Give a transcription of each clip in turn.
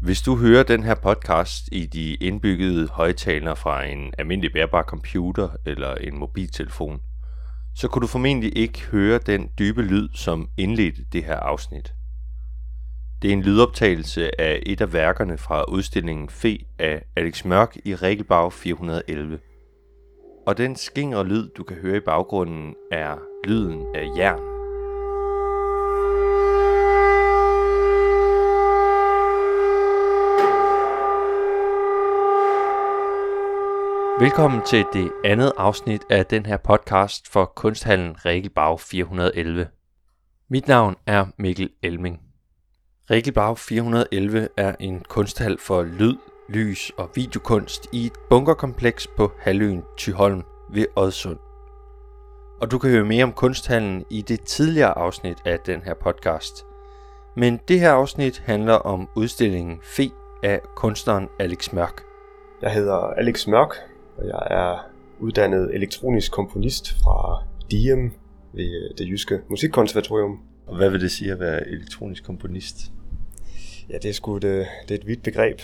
Hvis du hører den her podcast i de indbyggede højttalere fra en almindelig bærbar computer eller en mobiltelefon, så kunne du formentlig ikke høre den dybe lyd, som indledte det her afsnit. Det er en lydoptagelse af et af værkerne fra udstillingen Fe af Alex Mørk i Regelbag 411. Og den skingre lyd, du kan høre i baggrunden, er lyden af jern. Velkommen til det andet afsnit af den her podcast for Kunsthallen Regelbag 411. Mit navn er Mikkel Elming. Regelbag 411 er en kunsthal for lyd, lys og videokunst i et bunkerkompleks på halvøen Thyholm ved Odsund. Og du kan høre mere om kunsthallen i det tidligere afsnit af den her podcast. Men det her afsnit handler om udstillingen Fe af kunstneren Alex Mørk. Jeg hedder Alex Mørk, og jeg er uddannet elektronisk komponist fra Diem ved det jyske musikkonservatorium. Og hvad vil det sige at være elektronisk komponist? Ja, det er et vidt begreb.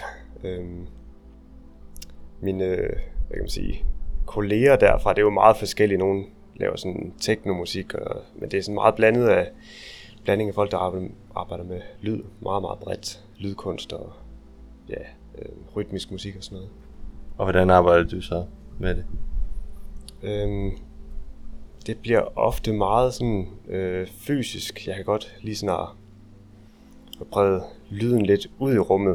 Mine kolleger derfra, det er jo meget forskellige. Nogle laver sådan teknomusik, men det er sådan meget blanding af folk, der arbejder med lyd. Meget, meget bredt. Lydkunst og rytmisk musik og sådan noget. Og hvordan arbejder du så med det? Det bliver ofte meget sådan fysisk. Jeg kan godt lige sådan at brede lyden lidt ud i rummet.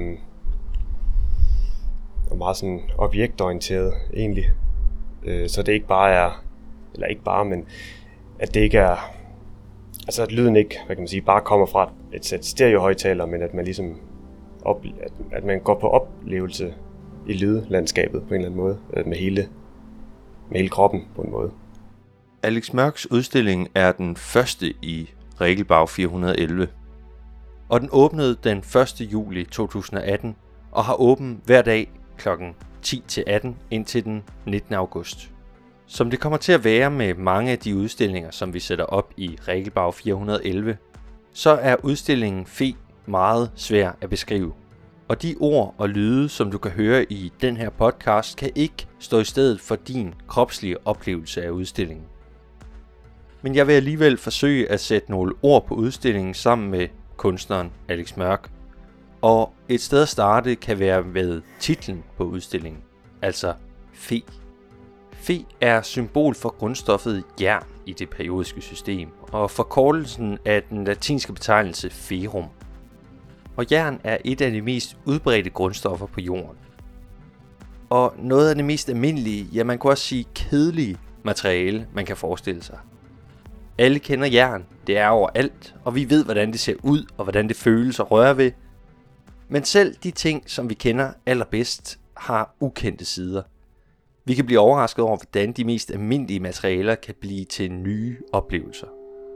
Og meget sådan objektorienteret egentlig. Så det ikke bare er, eller ikke bare, men at det ikke er, altså at lyden ikke, bare kommer fra et sæt stereohøjtalere, men at man ligesom at man går på oplevelse i lydlandskabet på en eller anden måde, med hele kroppen på en måde. Alex Mørks udstilling er den første i Regelbag 411, og den åbnede den 1. juli 2018 og har åbent hver dag kl. 10-18 indtil den 19. august. Som det kommer til at være med mange af de udstillinger, som vi sætter op i Regelbag 411, så er udstillingen Fe meget svær at beskrive. Og de ord og lyde, som du kan høre i den her podcast, kan ikke stå i stedet for din kropslige oplevelse af udstillingen. Men jeg vil alligevel forsøge at sætte nogle ord på udstillingen sammen med kunstneren Alex Mørk. Og et sted at starte kan være med titlen på udstillingen, altså Fe. Fe er symbol for grundstoffet jern i det periodiske system, og forkortelsen af den latinske betegnelse ferum. Og jern er et af de mest udbredte grundstoffer på jorden. Og noget af det mest almindelige, ja man kunne også sige kedelige materiale, man kan forestille sig. Alle kender jern, det er overalt, og vi ved hvordan det ser ud og hvordan det føles og rører ved. Men selv de ting, som vi kender allerbedst, har ukendte sider. Vi kan blive overrasket over, hvordan de mest almindelige materialer kan blive til nye oplevelser.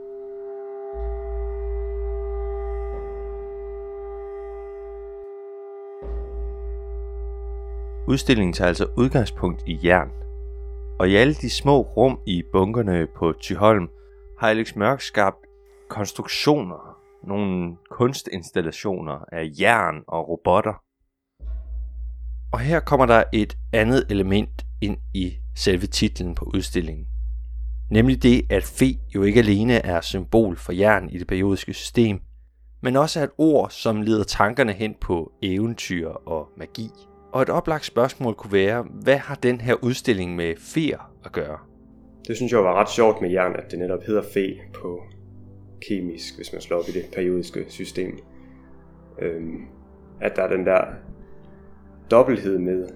Udstillingen tager altså udgangspunkt i jern. Og i alle de små rum i bunkerne på Thyholm har Alex Mørk skabt konstruktioner, nogle kunstinstallationer af jern og robotter. Og her kommer der et andet element ind i selve titlen på udstillingen. Nemlig det, at Fe jo ikke alene er symbol for jern i det periodiske system, men også er et ord, som leder tankerne hen på eventyr og magi. Og et oplagt spørgsmål kunne være, hvad har den her udstilling med feer at gøre? Det synes jeg var ret sjovt med jern, at det netop hedder Fe på kemisk, hvis man slår op i det periodiske system. At der er den der dobbelthed med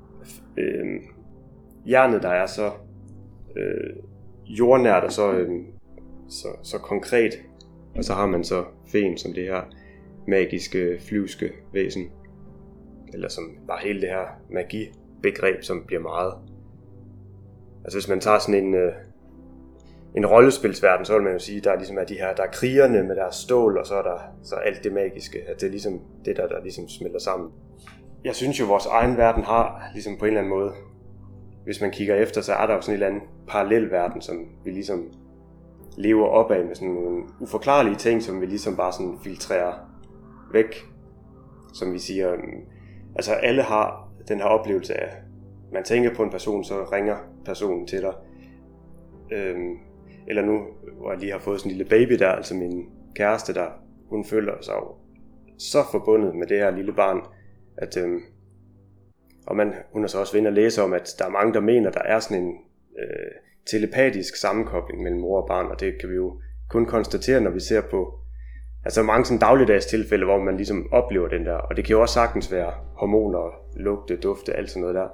jernet, der er så jordnært og så konkret, og så har man så Feen som det her magiske, flyvske væsen. Eller som bare hele det her magibegreb, som bliver meget. Altså hvis man tager sådan en rollespilsverden, så vil man jo sige, der ligesom er de her, der er krigerne med deres stål, og så er der så alt det magiske, at det er ligesom det der ligesom smelter sammen. Jeg synes jo, vores egen verden har ligesom på en eller anden måde, hvis man kigger efter, så er der jo sådan en eller anden parallel verden, som vi ligesom lever opad med sådan nogle uforklarlige ting, som vi ligesom bare sådan filtrerer væk. som vi siger, altså alle har den her oplevelse af, man tænker på en person, så ringer personen til dig. Eller nu, hvor jeg lige har fået sådan en lille baby der, altså min kæreste der, hun føler sig så forbundet med det her lille barn, at og hun har så også været inde og læse om, at der er mange, der mener, der er sådan en telepatisk sammenkobling mellem mor og barn, og det kan vi jo kun konstatere, når vi ser på altså mange sådan dagligdags tilfælde, hvor man ligesom oplever den der, og det kan jo også sagtens være hormoner, lugte, dufte, alt sådan noget der.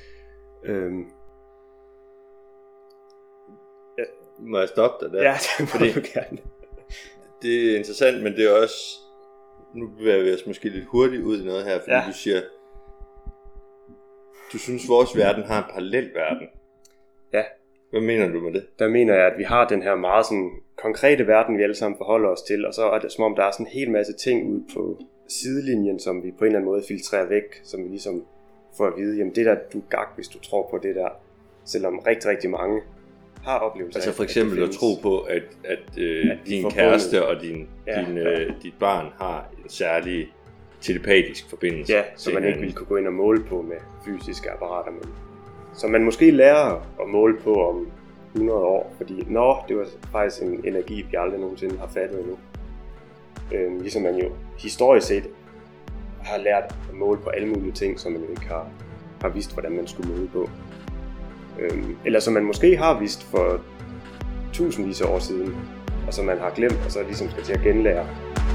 Må jeg stoppe dig der? Ja, det må du gerne. Det er interessant, men det er også, nu bevæger vi os måske lidt hurtigt ud i noget her, fordi du siger, du synes vores verden har en parallel verden. Ja. Hvad mener du med det? Der mener jeg, at vi har den her meget sådan konkrete verden, vi alle sammen forholder os til, og så er det som om, der er sådan en hel masse ting ude på sidelinjen, som vi på en eller anden måde filtrerer væk, som vi ligesom får at vide, jamen det der, du er gak, hvis du tror på det der, selvom rigtig, rigtig mange har oplevelser. Altså for eksempel at tro på, at din kæreste og dit barn har en særlig telepatisk forbindelse. Ja, som man ikke ville kunne gå ind og måle på med fysiske apparater, men som man måske lærer at måle på om 100 år, fordi det var faktisk en energi, vi aldrig nogensinde har fattet endnu. Ligesom man jo historisk set har lært at måle på alle mulige ting, som man jo ikke har vidst, hvordan man skulle måle på. Eller som man måske har vidst for tusindvis af år siden, og som man har glemt, og så ligesom skal til at genlære.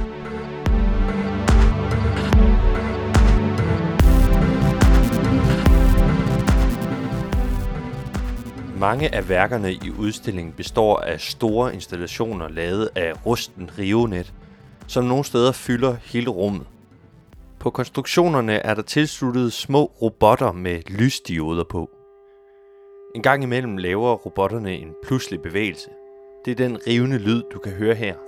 Mange af værkerne i udstillingen består af store installationer lavet af rusten rivenet, som nogle steder fylder hele rummet. På konstruktionerne er der tilsluttet små robotter med lysdioder på. En gang imellem laver robotterne en pludselig bevægelse. Det er den rivende lyd, du kan høre her.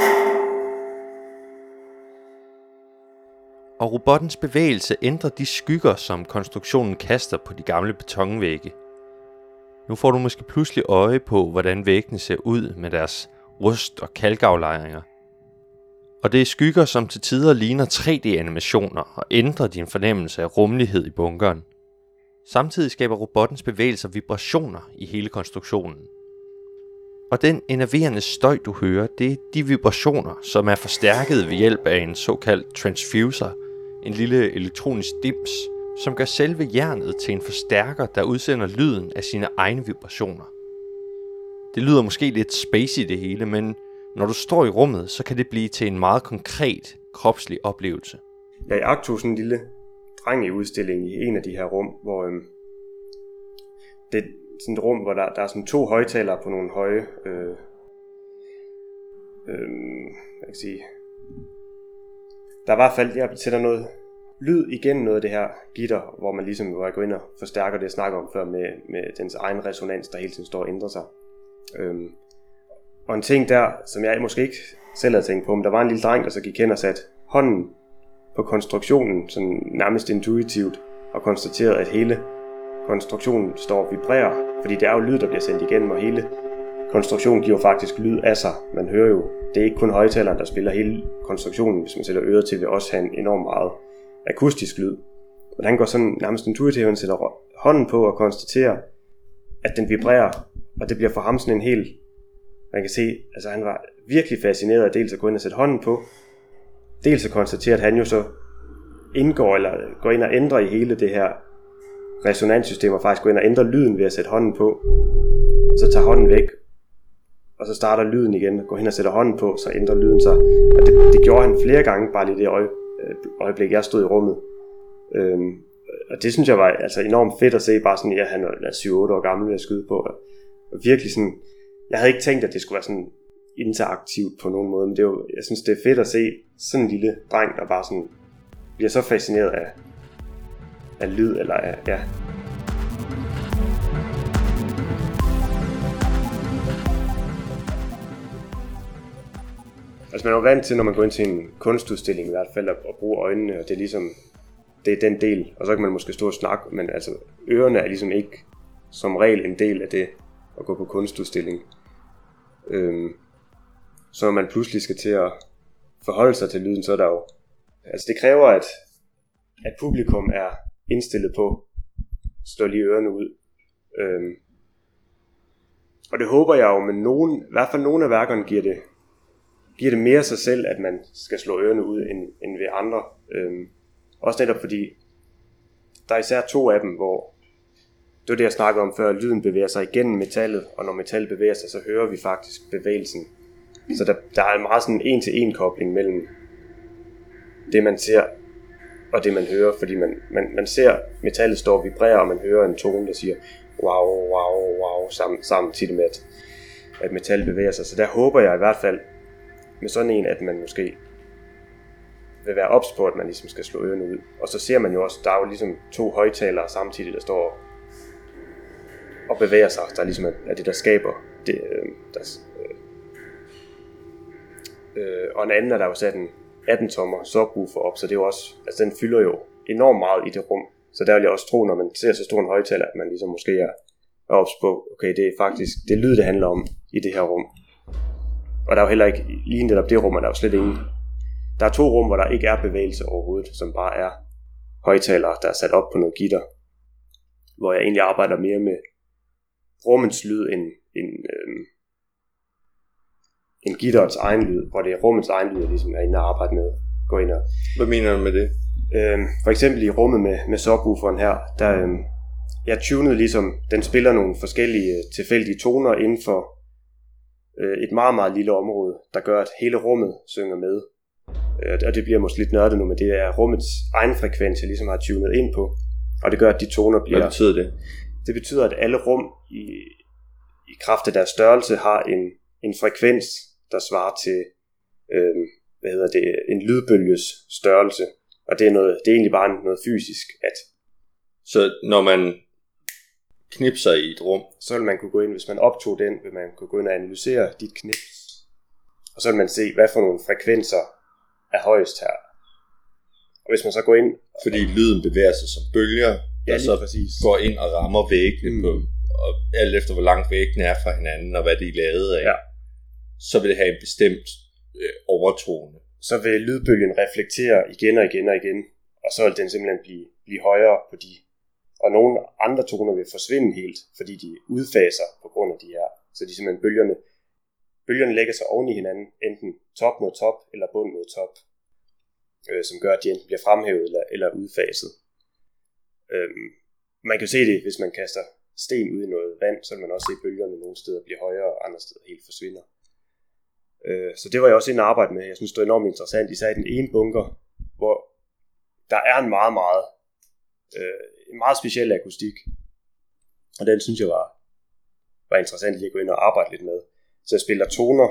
Og robottens bevægelse ændrer de skygger, som konstruktionen kaster på de gamle betonvægge. Nu får du måske pludselig øje på, hvordan væggene ser ud med deres rust- og kalkaflejringer. Og det er skygger, som til tider ligner 3D-animationer og ændrer din fornemmelse af rummelighed i bunkeren. Samtidig skaber robottens bevægelser vibrationer i hele konstruktionen. Og den enerverende støj, du hører, det er de vibrationer, som er forstærket ved hjælp af en såkaldt transfuser, en lille elektronisk dims, som gør selve jernet til en forstærker, der udsender lyden af sine egne vibrationer. Det lyder måske lidt spacey det hele, men når du står i rummet, så kan det blive til en meget konkret, kropslig oplevelse. Jeg iagttog sådan en lille dreng i udstillingen i en af de her rum, hvor det er sådan et rum, hvor der er sådan 2 højtalere på nogle høje, jeg kan sige, der er i hvert fald, jeg sætter noget lyd igennem noget af det her gitter, hvor man ligesom går ind og forstærker det, jeg snakker om før, med dens egen resonans, der hele tiden står og ændrer sig. Og en ting der, som jeg måske ikke selv havde tænkt på, men der var en lille dreng, der så gik hen og satte hånden på konstruktionen, sådan nærmest intuitivt, og konstaterede, at hele konstruktionen står og vibrerer, fordi det er jo lyd, der bliver sendt igennem, og hele konstruktionen giver faktisk lyd af sig. Man hører jo, det er ikke kun højtaleren, der spiller, hele konstruktionen, hvis man sætter øret til, vil også have en enormt meget akustisk lyd. Og han går sådan nærmest intuitivt, han sætter hånden på og konstaterer, at den vibrerer, og det bliver for ham sådan en helt, man kan se, altså han var virkelig fascineret af dels at gå ind og sætte hånden på, dels at konstatere, at han jo så indgår eller går ind og ændrer i hele det her resonanssystem, og faktisk går ind og ændrer lyden ved at sætte hånden på, så tager hånden væk, og så starter lyden igen, går hen og sætter hånden på, så ændrer lyden sig, og det gjorde han flere gange, bare lige det øjeblik, jeg stod i rummet. Og det synes jeg var altså enormt fedt at se, bare sådan, ja, han var 7-8 år gammel ved at skyde på, og virkelig sådan, jeg havde ikke tænkt, at det skulle være sådan interaktivt på nogen måde, men det er jo, jeg synes, det er fedt at se sådan en lille dreng, der bare sådan bliver så fascineret af lyd, eller af, ja. Altså man er jo vant til, når man går ind til en kunstudstilling i hvert fald, at bruge øjnene, og det er ligesom, det er den del, og så kan man måske stå og snakke, men altså ørerne er ligesom ikke som regel en del af det at gå på kunstudstilling. Så når man pludselig skal til at forholde sig til lyden, så er der jo Altså det kræver, at publikum er indstillet på at slå lige ørerne ud. Og det håber jeg jo, men i hvert fald nogle af værkerne giver det mere sig selv, at man skal slå ørerne ud end ved andre. Også netop fordi, der er især 2 af dem, hvor det var det, jeg snakkede om før, lyden bevæger sig igennem metallet, og når metallet bevæger sig, så hører vi faktisk bevægelsen. Så der er en meget sådan en til en kobling mellem det, man ser, og det, man hører, fordi man ser metallet står og vibrerer, og man hører en tone, der siger wow, wow, wow, samtidig med, at metallet bevæger sig. Så der håber jeg i hvert fald med sådan en, at man måske vil være ops på, at man ligesom skal slå ørerne ud. Og så ser man jo også, der er jo ligesom 2 højtalere samtidig, der står og bevæger sig. Der er ligesom er det, der skaber det. Og en anden er der jo sat en 18-tommer subwoofer op, så det er jo også, altså den fylder jo enormt meget i det rum. Så der vil jeg også tro, når man ser så stor en højtaler, at man ligesom måske er ops på, okay, det er faktisk det lyd, det handler om i det her rum. Og der er jo heller ikke, lige netop det rum, der er jo slet ingen. Der er 2 rum, hvor der ikke er bevægelse overhovedet, som bare er højtalere, der er sat op på noget gitter. Hvor jeg egentlig arbejder mere med rummets lyd end gitterets egen lyd, hvor det er rummets egen lyd, jeg ligesom er inde og arbejde med. Gå ind og... Hvad mener du med det? For eksempel i rummet med subwooferen her, der jeg tunede ligesom, den spiller nogle forskellige tilfældige toner inden for et meget, meget lille område, der gør, at hele rummet synger med. Og det bliver måske lidt nørdet nu, men det er rummets egen frekvens, jeg ligesom har tunet ind på. Og det gør, at de toner bliver... Hvad betyder det? Det betyder, at alle rum i kraft af deres størrelse har en frekvens, der svarer til en lydbølges størrelse. Og det er egentlig bare noget fysisk, at... Så når man knipser i et rum, så vil man kunne gå ind, hvis man optog den, vil man kunne gå ind og analysere dit knips. Og så vil man se, hvad for nogle frekvenser er højest her. Og hvis man så går ind... Fordi lyden bevæger sig som bølger, der så præcis går ind og rammer væggene på, og alt efter hvor langt væggene er fra hinanden, og hvad de er lavet af, så vil det have en bestemt overtone. Så vil lydbølgen reflektere igen og igen og igen, og så vil den simpelthen blive højere på de. Og nogle andre toner vil forsvinde helt, fordi de udfaser på grund af de her. Så de simpelthen bølgerne lægger sig oven i hinanden, enten top mod top eller bund mod top, som gør, at de enten bliver fremhævet eller udfaset. Man kan se det, hvis man kaster sten ud i noget vand, så vil man også se bølgerne nogle steder blive højere, og andre steder helt forsvinder. Så det var jeg også inde at arbejde med. Jeg synes, det var enormt interessant, især i den ene bunker, hvor der er en meget speciel akustik. Og den synes jeg var interessant lige at gå ind og arbejde lidt med. Så jeg spiller toner,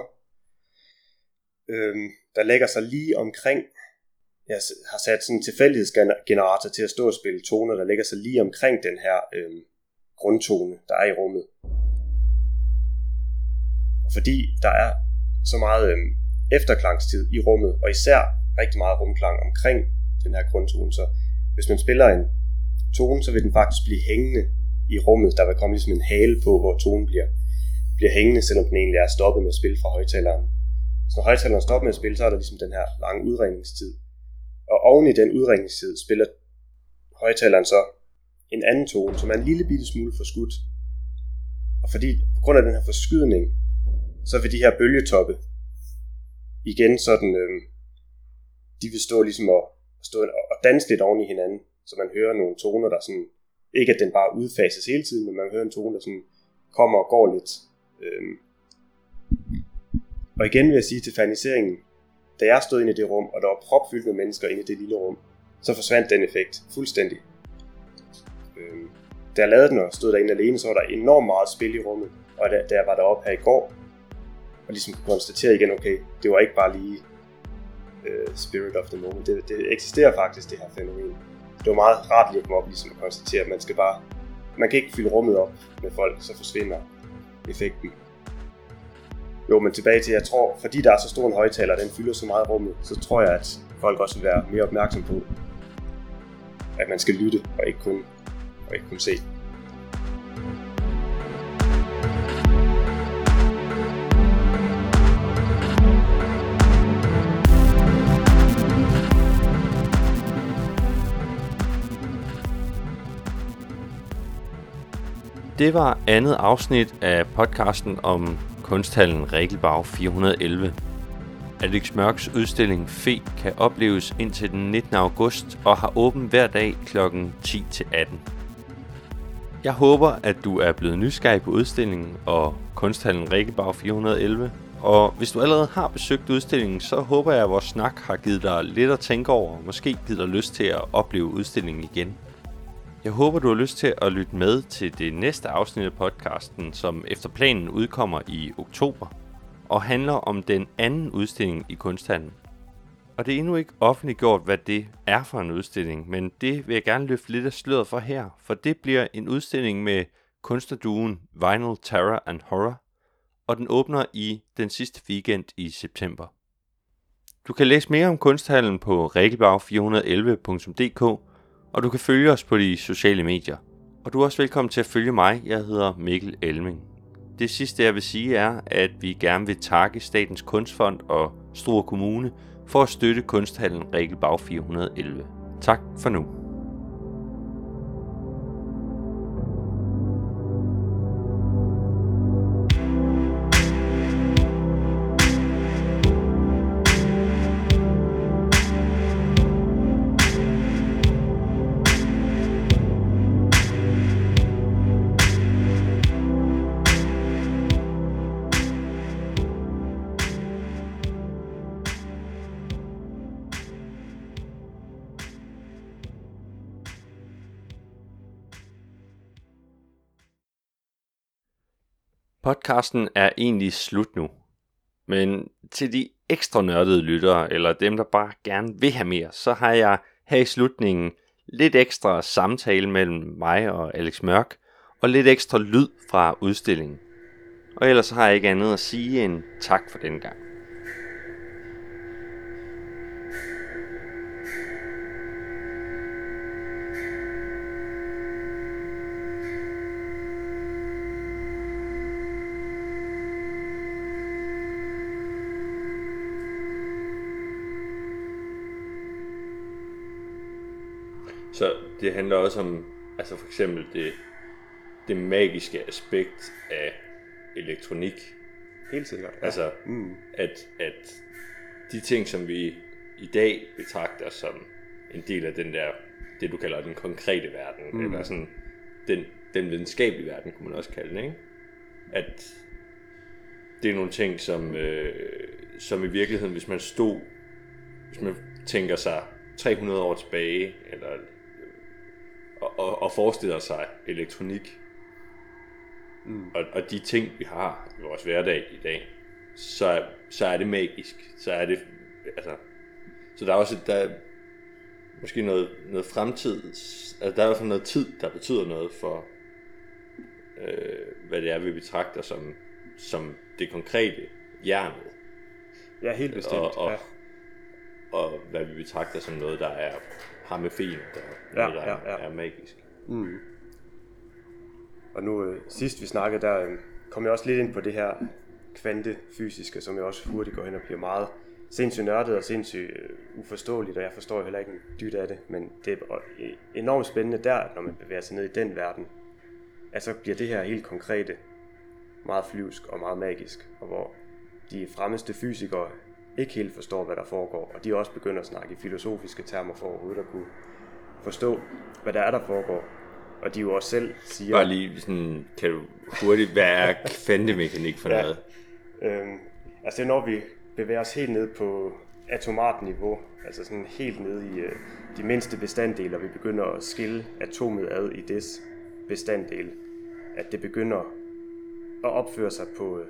der lægger sig lige omkring. Jeg har sat sådan en tilfældighedsgenerator til at stå og spille toner, der lægger sig lige omkring den her grundtone, der er i rummet. Og fordi der er så meget efterklangstid i rummet, og især rigtig meget rumklang omkring den her grundtone, så hvis man spiller en tone, så vil den faktisk blive hængende i rummet. Der vil komme ligesom en hale på, hvor tonen bliver hængende, selvom den egentlig er stoppet med at spille fra højtaleren. Så når højtaleren stopper med at spille, så er der ligesom den her lange udringningstid. Og oven i den udringningstid spiller højtaleren så en anden tone, som er en lille bitte smule forskudt. Og fordi på grund af den her forskydning, så vil de her bølgetoppe igen sådan, de vil stå ligesom og danse lidt oven i hinanden, så man hører nogle toner, der sådan, ikke at den bare udfases hele tiden, men man hører en tone, der sådan kommer og går lidt. Og igen vil jeg sige til faniseringen, da jeg stod inde i det rum, og der var propfyldt med mennesker inde i det lille rum, så forsvandt den effekt fuldstændig. Da jeg lavede den og stod derinde alene, så var der enormt meget spil i rummet, og da jeg var deroppe her i går, og ligesom kunne konstatere igen, okay, det var ikke bare lige spirit of the moment, det eksisterer faktisk, det her fænomen. Det var meget rart lige at komme op ligesom at konstatere, at man kan ikke fylde rummet op med folk, så forsvinder effekten. Jo, men tilbage til, jeg tror, fordi der er så stor en højtaler, den fylder så meget rummet, så tror jeg, at folk også vil være mere opmærksom på, at man skal lytte og ikke kun se. Det var andet afsnit af podcasten om kunsthallen Regelbau 411. Alex Mørks udstilling Fe kan opleves indtil den 19. august og har åben hver dag kl. 10-18. Jeg håber, at du er blevet nysgerrig på udstillingen og kunsthallen Regelbau 411. Og hvis du allerede har besøgt udstillingen, så håber jeg, at vores snak har givet dig lidt at tænke over, og måske givet dig lyst til at opleve udstillingen igen. Jeg håber, du har lyst til at lytte med til det næste afsnit af podcasten, som efter planen udkommer i oktober, og handler om den anden udstilling i kunsthallen. Og det er endnu ikke offentliggjort, hvad det er for en udstilling, men det vil jeg gerne løfte lidt af sløret for her, for det bliver en udstilling med kunstnerduoen Vinyl Terror and Horror, og den åbner i den sidste weekend i september. Du kan læse mere om kunsthallen på regelbau411.dk, og du kan følge os på de sociale medier. Og du er også velkommen til at følge mig. Jeg hedder Mikkel Elming. Det sidste jeg vil sige er, at vi gerne vil takke Statens Kunstfond og Struer Kommune for at støtte kunsthallen Regelbau 411. Tak for nu. Podcasten er egentlig slut nu, men til de ekstra nørdede lyttere, eller dem der bare gerne vil have mere, så har jeg her i slutningen lidt ekstra samtale mellem mig og Alex Mørk, og lidt ekstra lyd fra udstillingen. Og ellers har jeg ikke andet at sige end tak for denne gang. Så det handler også om, altså for eksempel det magiske aspekt af elektronik. Helt sikkert. Ja. Altså, at de ting, som vi i dag betragter som en del af den der, det du kalder den konkrete verden, eller sådan den videnskabelige verden, kunne man også kalde den, ikke? At det er nogle ting, som i virkeligheden, hvis man tænker sig 300 år tilbage, eller og forestiller sig elektronik, og de ting, vi har i vores hverdag i dag, så er det magisk. Så er det, altså, så der er også måske noget fremtid, altså der er i hvert fald noget tid, der betyder noget for, hvad det er, vi betragter som det konkrete jernet. Ja, helt bestemt. Og hvad vi betragter som noget, der har med fen, der er magisk. Og nu sidst vi snakkede, der kom jeg også lidt ind på det her kvantefysiske, som jeg også hurtigt går hen og bliver meget sindssygt nørdet og sindssygt uforståeligt, og jeg forstår heller ikke en dyt af det, men det er enormt spændende der, når man bevæger sig ned i den verden, at så bliver det her helt konkrete meget flyvsk og meget magisk, og hvor de fremmeste fysikere ikke helt forstår, hvad der foregår, og de også begynder at snakke i filosofiske termer for overhovedet at kunne forstå, hvad der foregår. Og de jo også selv siger... Bare lige sådan, kan du hurtigt, hvad er kvantemekanik for noget? Altså det er, når vi bevæger os helt ned på atomart niveau, altså sådan helt ned i de mindste bestanddele, og vi begynder at skille atomet ad i dets bestanddele, at det begynder at opføre sig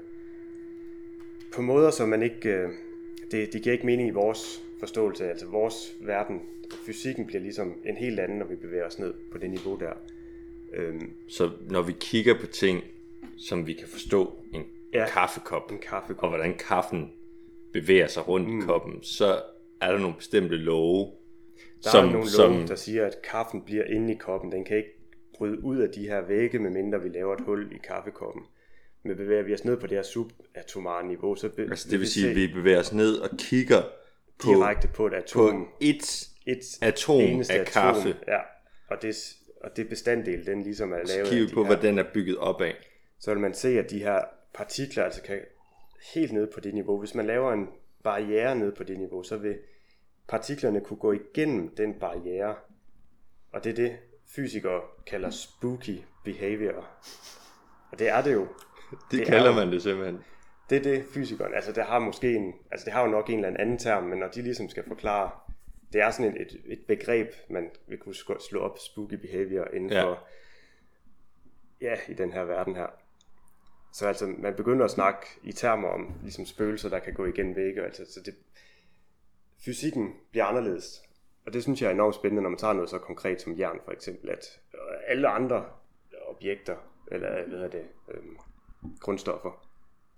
på måder, som man ikke... Det giver ikke mening i vores forståelse, altså vores verden. Fysikken bliver ligesom en helt anden, når vi bevæger os ned på det niveau der. Så når vi kigger på ting, som vi kan forstå, en kaffekop, og hvordan kaffen bevæger sig rundt i koppen, så er der nogle bestemte love. Der er nogle love, der siger, at kaffen bliver inde i koppen. Den kan ikke bryde ud af de her vægge, medmindre vi laver et hul i kaffekoppen. Men bevæger vi os ned på det her subatomare niveau, så altså det vil sige, at vi bevæger os ned og kigger direkte på et atom. På et atom af kaffe. Ja, og det bestanddel, den ligesom er lavet. Kigge på, hvad den er bygget op af. Så vil man se, at de her partikler altså kan helt ned på det niveau. Hvis man laver en barriere ned på det niveau, så vil partiklerne kunne gå igennem den barriere. Og det er det, fysikere kalder spooky behavior. Og det er det jo. Det kalder man det simpelthen. Det er det, fysikeren. Altså det har jo nok en eller anden term, men når de ligesom skal forklare, det er sådan et begreb, man vil kunne slå op, spooky behavior, inden for, i den her verden her. Så altså, man begynder at snakke i termer om ligesom spøgelser, der kan gå igennem vægge. Altså, så fysikken bliver anderledes. Og det synes jeg er enormt spændende, når man tager noget så konkret som jern for eksempel, at alle andre objekter, eller grundstoffer.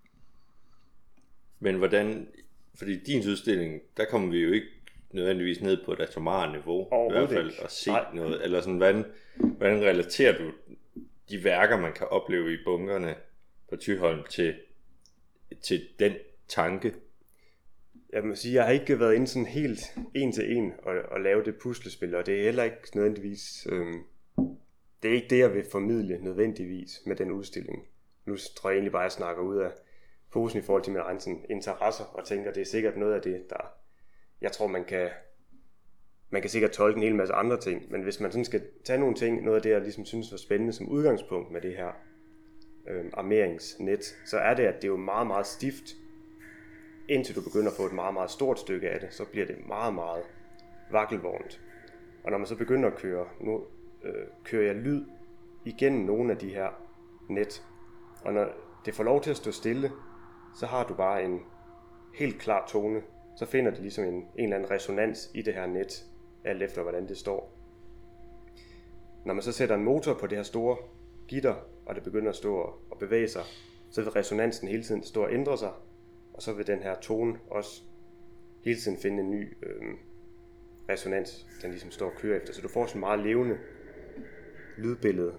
Men hvordan, fordi din udstilling, der kommer vi jo ikke nødvendigvis ned på et atomare niveau, i hvert fald, og se noget, eller sådan, hvordan relaterer du de værker, man kan opleve i bunkerne på Thyholm til den tanke? Jeg må sige, jeg har ikke været inde sådan helt en til en og lave det puslespil, og det er heller ikke nødvendigvis, det er ikke det, jeg vil formidle nødvendigvis med den udstilling. Nu tror jeg egentlig bare, at jeg snakker ud af posen i forhold til mine egne interesser, og tænker, det er sikkert noget af det, der, jeg tror, man kan sikkert tolke en hel masse andre ting, men hvis man sådan skal tage nogle ting, noget af det, jeg ligesom synes var spændende som udgangspunkt med det her armeringsnet, så er det, at det er jo meget, meget stift, indtil du begynder at få et meget, meget stort stykke af det, så bliver det meget, meget vakkelvornt. Og når man så begynder at køre, nu kører jeg lyd igennem nogle af de her net, og når det får lov til at stå stille, så har du bare en helt klar tone, så finder det ligesom en eller anden resonans i det her net, alt efter hvordan det står. Når man så sætter en motor på det her store gitter, og det begynder at stå og bevæge sig, så vil resonansen hele tiden stå og ændre sig, og så vil den her tone også hele tiden finde en ny resonans, den ligesom står og kører efter. Så du får sådan meget levende lydbillede.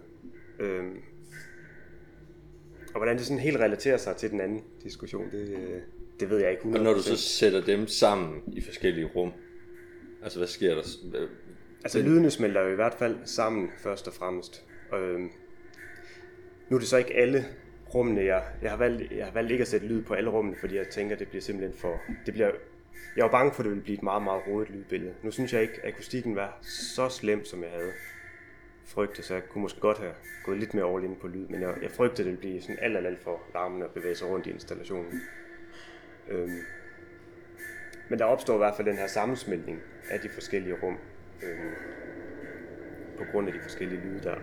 Og hvordan det sådan helt relaterer sig til den anden diskussion, det ved jeg ikke 100%. Og når du så sætter dem sammen i forskellige rum, altså hvad sker der? Altså lydene smelter jo i hvert fald sammen først og fremmest. Nu er det så ikke alle rummene, jeg har valgt ikke at sætte lyd på alle rummene, fordi jeg tænker, det bliver simpelthen for... Jeg var bange for, at det ville blive et meget, meget rodet lydbillede. Nu synes jeg ikke, at akustikken var så slem, som jeg havde frygtet, så jeg kunne måske godt have gået lidt mere all in på lyd, men jeg frygtede, at det ville blive sådan alt for larmende at bevæge sig rundt i installationen. Men der opstår i hvert fald den her sammensmeltning af de forskellige rum, på grund af de forskellige lyde der.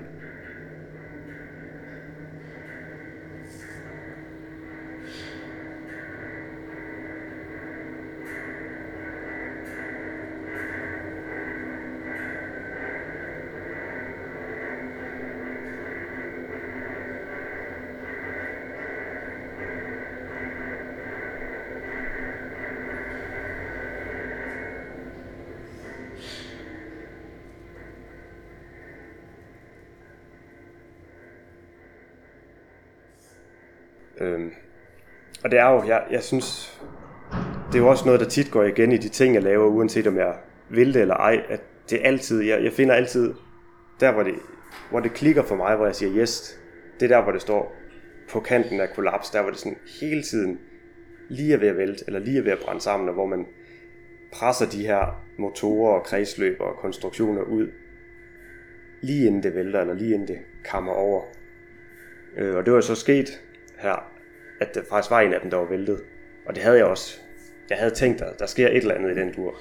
Og det er jo, jeg synes, det er jo også noget, der tit går igen i de ting, jeg laver, uanset om jeg vil det eller ej, at det altid, jeg finder altid, der hvor det klikker for mig, hvor jeg siger yes, det er der, hvor det står på kanten af kollaps, der hvor det sådan hele tiden lige er ved at vælte, eller lige er ved at brænde sammen, og hvor man presser de her motorer og kredsløb og konstruktioner ud, lige inden det vælter, eller lige inden det kammer over. Og det var så sket her, at det faktisk var en af dem, der var væltet. Og det havde jeg også. Jeg havde tænkt, at der sker et eller andet i den dur.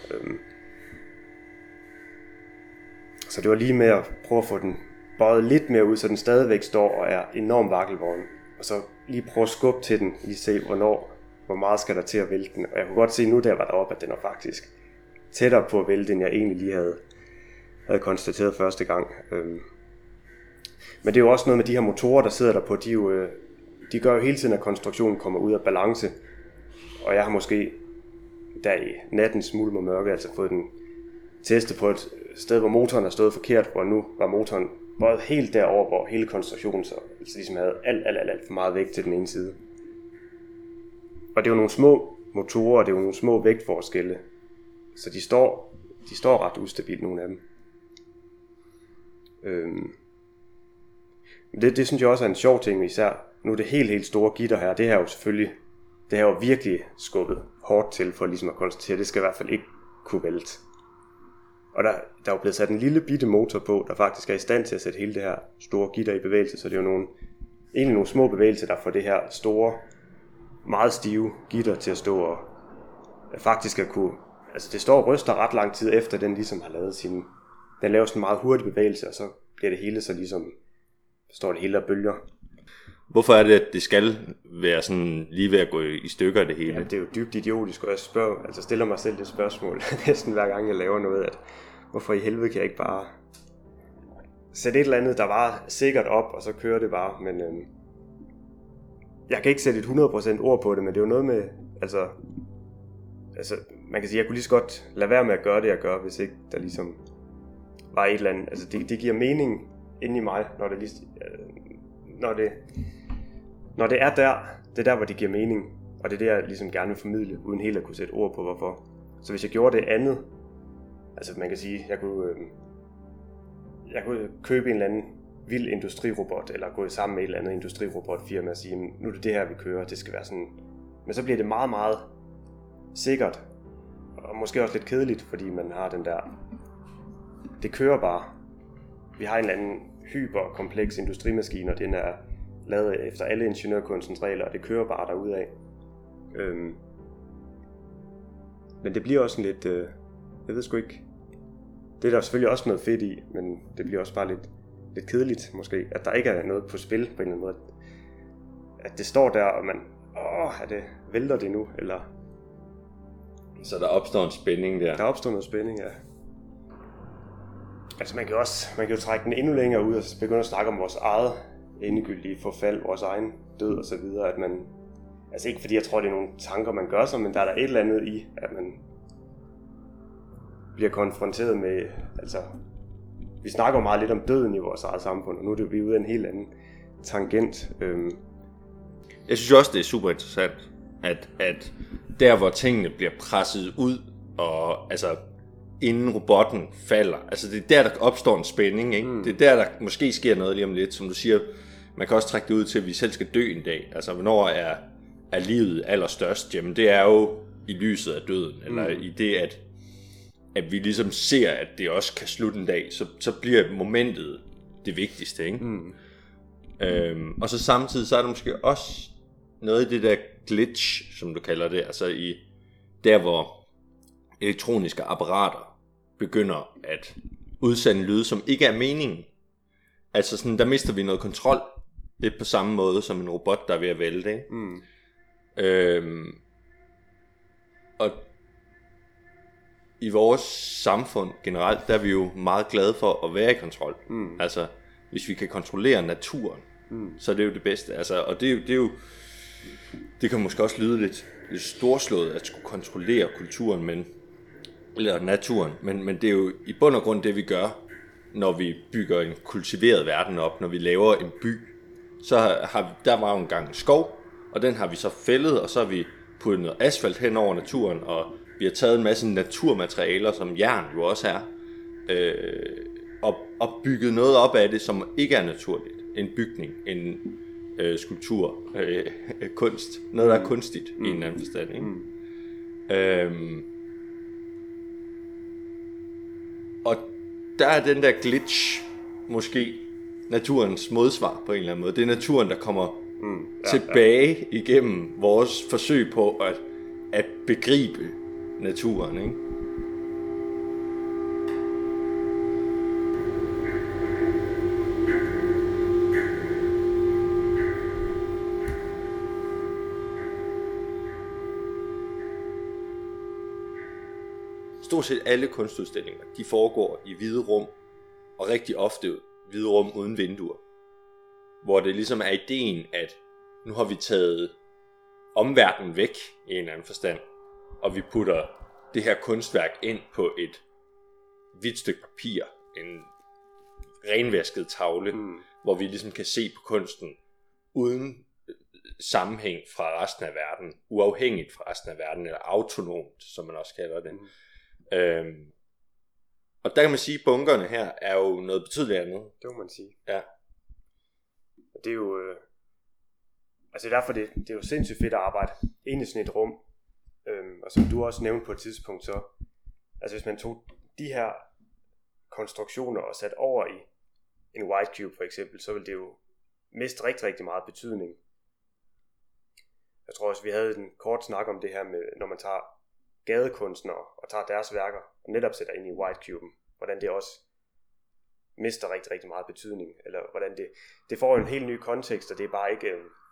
Så det var lige med at prøve at få den bøjet lidt mere ud, så den stadigvæk står og er enormt vakkelvorn. Og så lige prøve at skubbe til den, lige se hvor meget skal der til at vælte den. Og jeg kunne godt se nu, der var deroppe, at den var faktisk tættere på at vælte, end jeg egentlig lige havde konstateret første gang. Men det er jo også noget med de her motorer, der sidder der på, de gør jo hele tiden, at konstruktionen kommer ud af balance. Og jeg har måske der i nattens mulm og mørke altså fået den testet på et sted, hvor motoren har stået forkert, hvor nu var motoren bøjet helt derover, hvor hele konstruktionen så altså ligesom havde alt for meget vægt til den ene side. Og det er jo nogle små motorer, og det er jo nogle små vægtforskelle, så de står ret ustabilt, nogle af dem. Det synes jeg også er en sjov ting, især nu er det helt store gitter her, det her er jo selvfølgelig, det her er jo virkelig skubbet hårdt til for ligesom at konstatere, at det skal i hvert fald ikke kunne vælte. Og der er jo blevet sat en lille bitte motor på, der faktisk er i stand til at sætte hele det her store gitter i bevægelse, så det er jo egentlig nogle små bevægelser, der får det her store, meget stive gitter til at stå og faktisk at kunne, altså det står og ryster ret lang tid efter den ligesom har lavet den laver sådan en meget hurtig bevægelse, og så bliver det hele så ligesom, står det hele og bølger. Hvorfor er det, at det skal være sådan lige ved at gå i stykker det hele? Ja, det er jo dybt idiotisk, og jeg stiller mig selv det spørgsmål næsten hver gang jeg laver noget, at hvorfor i helvede kan jeg ikke bare sætte et eller andet, der var sikkert op, og så kører det bare, men jeg kan ikke sætte et 100% ord på det, men det er jo noget med, altså man kan sige, jeg kunne lige så godt lade være med at gøre det, jeg gør, hvis ikke der ligesom var et eller andet, altså det giver mening inde i mig, når det er der, hvor det giver mening, og det er det, jeg ligesom gerne vil formidle, uden helt at kunne sætte ord på, hvorfor. Så hvis jeg gjorde det andet, altså man kan sige, jeg kunne købe en eller anden vild industrirobot, eller gå sammen med et eller andet industrirobotfirma og sige, nu er det her, vi kører, det skal være sådan. Men så bliver det meget, meget sikkert, og måske også lidt kedeligt, fordi man har den der, det kører bare. Vi har en eller anden hyperkompleks industrimaskine, og den er lavet efter alle ingeniørkunstens regler, og det kører bare derudad. Men det bliver også lidt, jeg ved sgu ikke, det er der selvfølgelig også noget fedt i, men det bliver også bare lidt kedeligt måske, at der ikke er noget på spil på en eller anden måde. At det står der, og man, vælter det nu, eller... Så der opstår en spænding der? Der opstår noget spænding, ja. Altså man kan jo trække den endnu længere ud og begynde at snakke om vores eget endegyldige forfald, vores egen død og så videre, at man, altså ikke fordi jeg tror det er nogle tanker man gør sig, men der er et eller andet i, at man bliver konfronteret med, altså vi snakker meget lidt om døden i vores eget samfund, og nu er vi ude af en helt anden tangent. Jeg synes også det er super interessant, at der hvor tingene bliver presset ud, og altså inden robotten falder. Altså det er der opstår en spænding, ikke? Det er der måske sker noget lige om lidt, som du siger. Man kan også trække det ud til, at vi selv skal dø en dag. Altså hvornår er livet allerstørst? Jamen det er jo i lyset af døden, eller i det, at vi ligesom ser, at det også kan slutte en dag, så bliver momentet det vigtigste, ikke? Og så samtidig, så er der måske også noget i det der glitch, som du kalder det, altså i der, hvor elektroniske apparater begynder at udsende lyde, som ikke er meningen. Altså sådan, der mister vi noget kontrol. Lidt på samme måde som en robot, der er ved at vælte, ikke? Og i vores samfund generelt, der er vi jo meget glade for at være i kontrol. Altså, hvis vi kan kontrollere naturen, så er det jo det bedste. Altså, og det er jo det kan måske også lyde lidt storslået at skulle kontrollere kulturen, eller naturen, men det er jo i bund og grund det vi gør, når vi bygger en kultiveret verden op, når vi laver en by. Så der var jo engang skov, og den har vi så fældet, og så har vi puttet noget asfalt hen over naturen, og vi har taget en masse naturmaterialer, som jern jo også er, og bygget noget op af det, som ikke er naturligt. En bygning, en skulptur, kunst, noget der er kunstigt i en eller anden forstand, ikke? Og der er den der glitch måske naturens modsvar på en eller anden måde. Det er naturen, der kommer tilbage igennem vores forsøg på at begribe naturen, ikke? Stort set alle kunstudstillinger, de foregår i hvide rum, og rigtig ofte hvide rum uden vinduer. Hvor det ligesom er ideen, at nu har vi taget omverdenen væk i en eller anden forstand, og vi putter det her kunstværk ind på et hvidt stykke papir, en renvasket tavle, hvor vi ligesom kan se på kunsten uden sammenhæng fra resten af verden, uafhængigt fra resten af verden, eller autonomt, som man også kalder det. Og der kan man sige, at bunkerne her er jo noget betydeligt andet. Det må man sige. Ja. Det er jo... altså derfor det er jo sindssygt fedt at arbejde inde i sådan et rum. Og som du også nævnte på et tidspunkt, så... Altså hvis man tog de her konstruktioner og sat over i en white cube for eksempel, så ville det jo miste rigtig, rigtig meget betydning. Jeg tror også, vi havde en kort snak om det her med, når man tager gadekunstnere og tager deres værker og netop sætter ind i white cuben, hvordan det også mister rigtig, rigtig meget betydning, eller hvordan det får en helt ny kontekst, og det er bare ikke,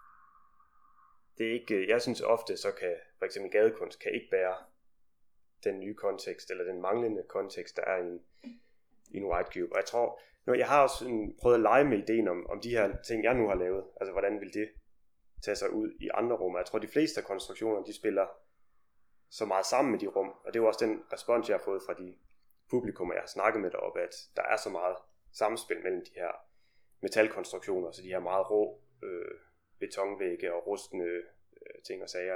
jeg synes ofte, så kan for eksempel gadekunst kan ikke bære den nye kontekst, eller den manglende kontekst, der er i en white cube. Og jeg tror, jeg har også prøvet at lege med ideen om de her ting, jeg nu har lavet, altså hvordan vil det tage sig ud i andre rum. Jeg tror, de fleste af konstruktionerne, de spiller så meget sammen med de rum, og det er jo også den respons, jeg har fået fra de publikummer, jeg har snakket med deroppe, at der er så meget samspil mellem de her metalkonstruktioner, så de her meget rå betonvægge og rustne ting og sager,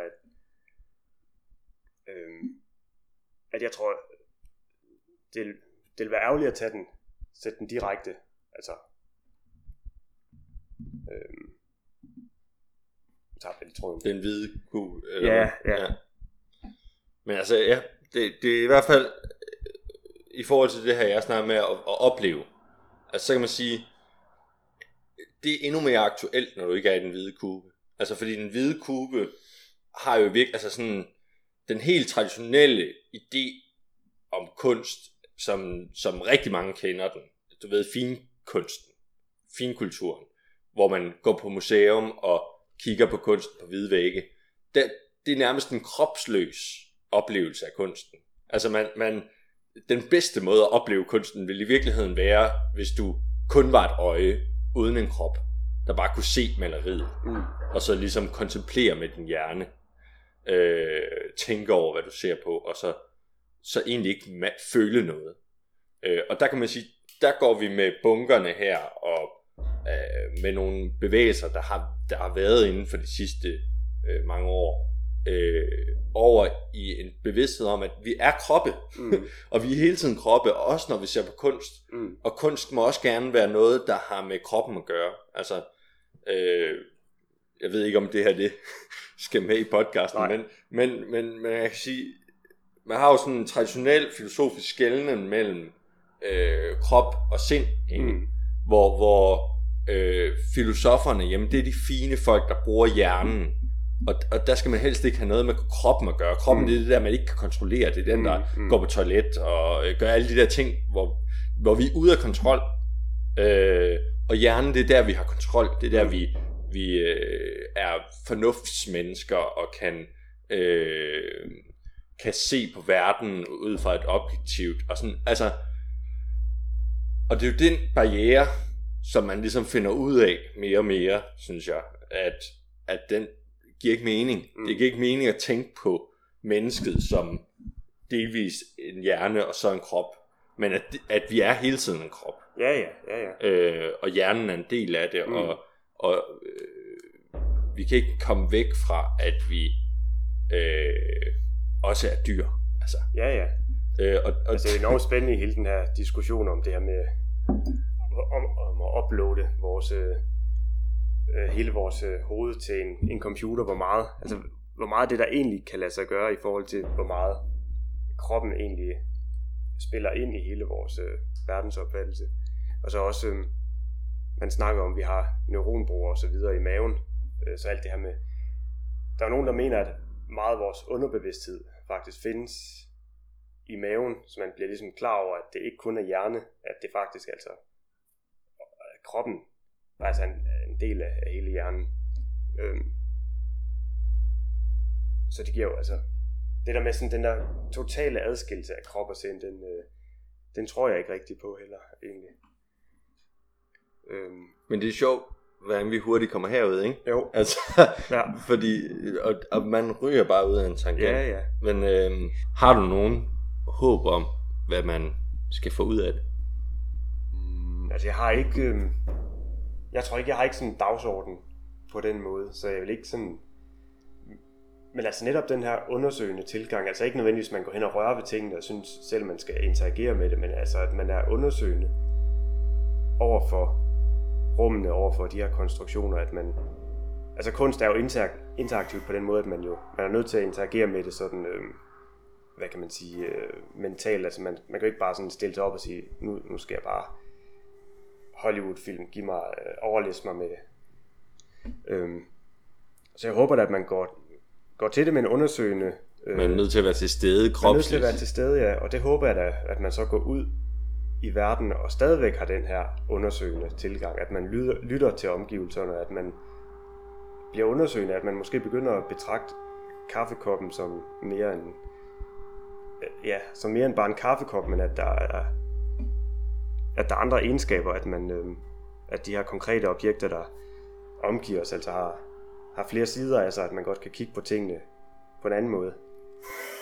at jeg tror, det vil være ærgerligt at sætte den direkte, altså tager jeg lidt tråden. Den hvide kugle. Ja. Men altså, ja, det er i hvert fald i forhold til det her, jeg snakker med at opleve. Altså, så kan man sige, det er endnu mere aktuelt, når du ikke er i den hvide kube. Altså, fordi den hvide kube har jo virkelig, altså sådan, den helt traditionelle idé om kunst, som rigtig mange kender den. Du ved, finkunsten, finkulturen, hvor man går på museum og kigger på kunsten på hvide vægge. Det er nærmest en kropsløs oplevelse af kunsten. Altså den bedste måde at opleve kunsten vil i virkeligheden være, hvis du kun var et øje uden en krop, der bare kunne se maleriet, og så ligesom kontemplere med din hjerne, tænke over, hvad du ser på, og så egentlig ikke føle noget. Og der kan man sige, der går vi med bunkerne her, og med nogle bevægelser, der har været inden for de sidste mange år, over i en bevidsthed om, at vi er kroppe, og vi er hele tiden kroppe, også når vi ser på kunst. Og kunst må også gerne være noget, der har med kroppen at gøre. Altså, jeg ved ikke, om det her det skal med i podcasten, men jeg kan sige, man har jo sådan en traditionel filosofisk skelnen mellem krop og sind, hvor filosoferne, jamen det er de fine folk, der bruger hjernen, og der skal man helst ikke have noget med kroppen at gøre. Kroppen det er det der, man ikke kan kontrollere. Det er den, der går på toilet og gør alle de der ting, hvor vi er ude af kontrol. Og hjernen, det er der, vi har kontrol. Det er der, vi er fornuftsmennesker og kan se på verden ud fra et objektivt. Og sådan, altså, og det er jo den barriere, som man ligesom finder ud af mere og mere, synes jeg, at den giver ikke mening. Det giver ikke mening at tænke på mennesket som delvis en hjerne og så en krop, men at vi er hele tiden en krop. Ja. Og hjernen er en del af det, og vi kan ikke komme væk fra, at vi også er dyr. Altså. Ja. Altså, det er enormt spændende i hele den her diskussion om det her med om at uploade hele vores hoved til en computer, hvor meget det der egentlig kan lade sig gøre i forhold til hvor meget kroppen egentlig spiller ind i hele vores verdensopfattelse. Og så også man snakker om, at vi har neuronbroer og så videre i maven, så alt det her med, der er nogen, der mener, at meget af vores underbevidsthed faktisk findes i maven, så man bliver ligesom klar over, at det ikke kun er hjerne, at det faktisk altså kroppen er altså en del af hele hjernen. Så det giver jo altså det der med sådan den der totale adskillelse af krop og sind, den tror jeg ikke rigtig på heller egentlig. Men det er sjovt, hvordan vi hurtigt kommer herud, ikke? Jo. Altså, ja. Fordi og man ryger bare ud af en tangent. Ja. Men har du nogen håb om, hvad man skal få ud af det? Altså jeg har ikke jeg tror ikke, jeg har ikke sådan en dagsorden på den måde, så jeg vil ikke sådan Men altså netop den her undersøgende tilgang, altså ikke nødvendigvis, man går hen og rører ved tingene og synes selv, man skal interagere med det, men altså at man er undersøgende overfor rummene, overfor de her konstruktioner, at man, altså kunst er jo interaktivt på den måde, at man er nødt til at interagere med det sådan, hvad kan man sige, mentalt, altså man kan jo ikke bare sådan stille sig op og sige, nu skal jeg bare Hollywood-film, overlæs mig med det. Så jeg håber da, at man går til det med en undersøgende... Man er nødt til at være til stede kropsligt. Man er nødt til at være til stede, ja. Og det håber jeg da, at man så går ud i verden og stadigvæk har den her undersøgende tilgang. At man lytter til omgivelserne, at man bliver undersøgende, at man måske begynder at betragte kaffekoppen som mere end... Ja, som mere end bare en kaffekop, men at der er andre egenskaber, at de her konkrete objekter, der omgiver os, altså har flere sider af sig, at man godt kan kigge på tingene på en anden måde.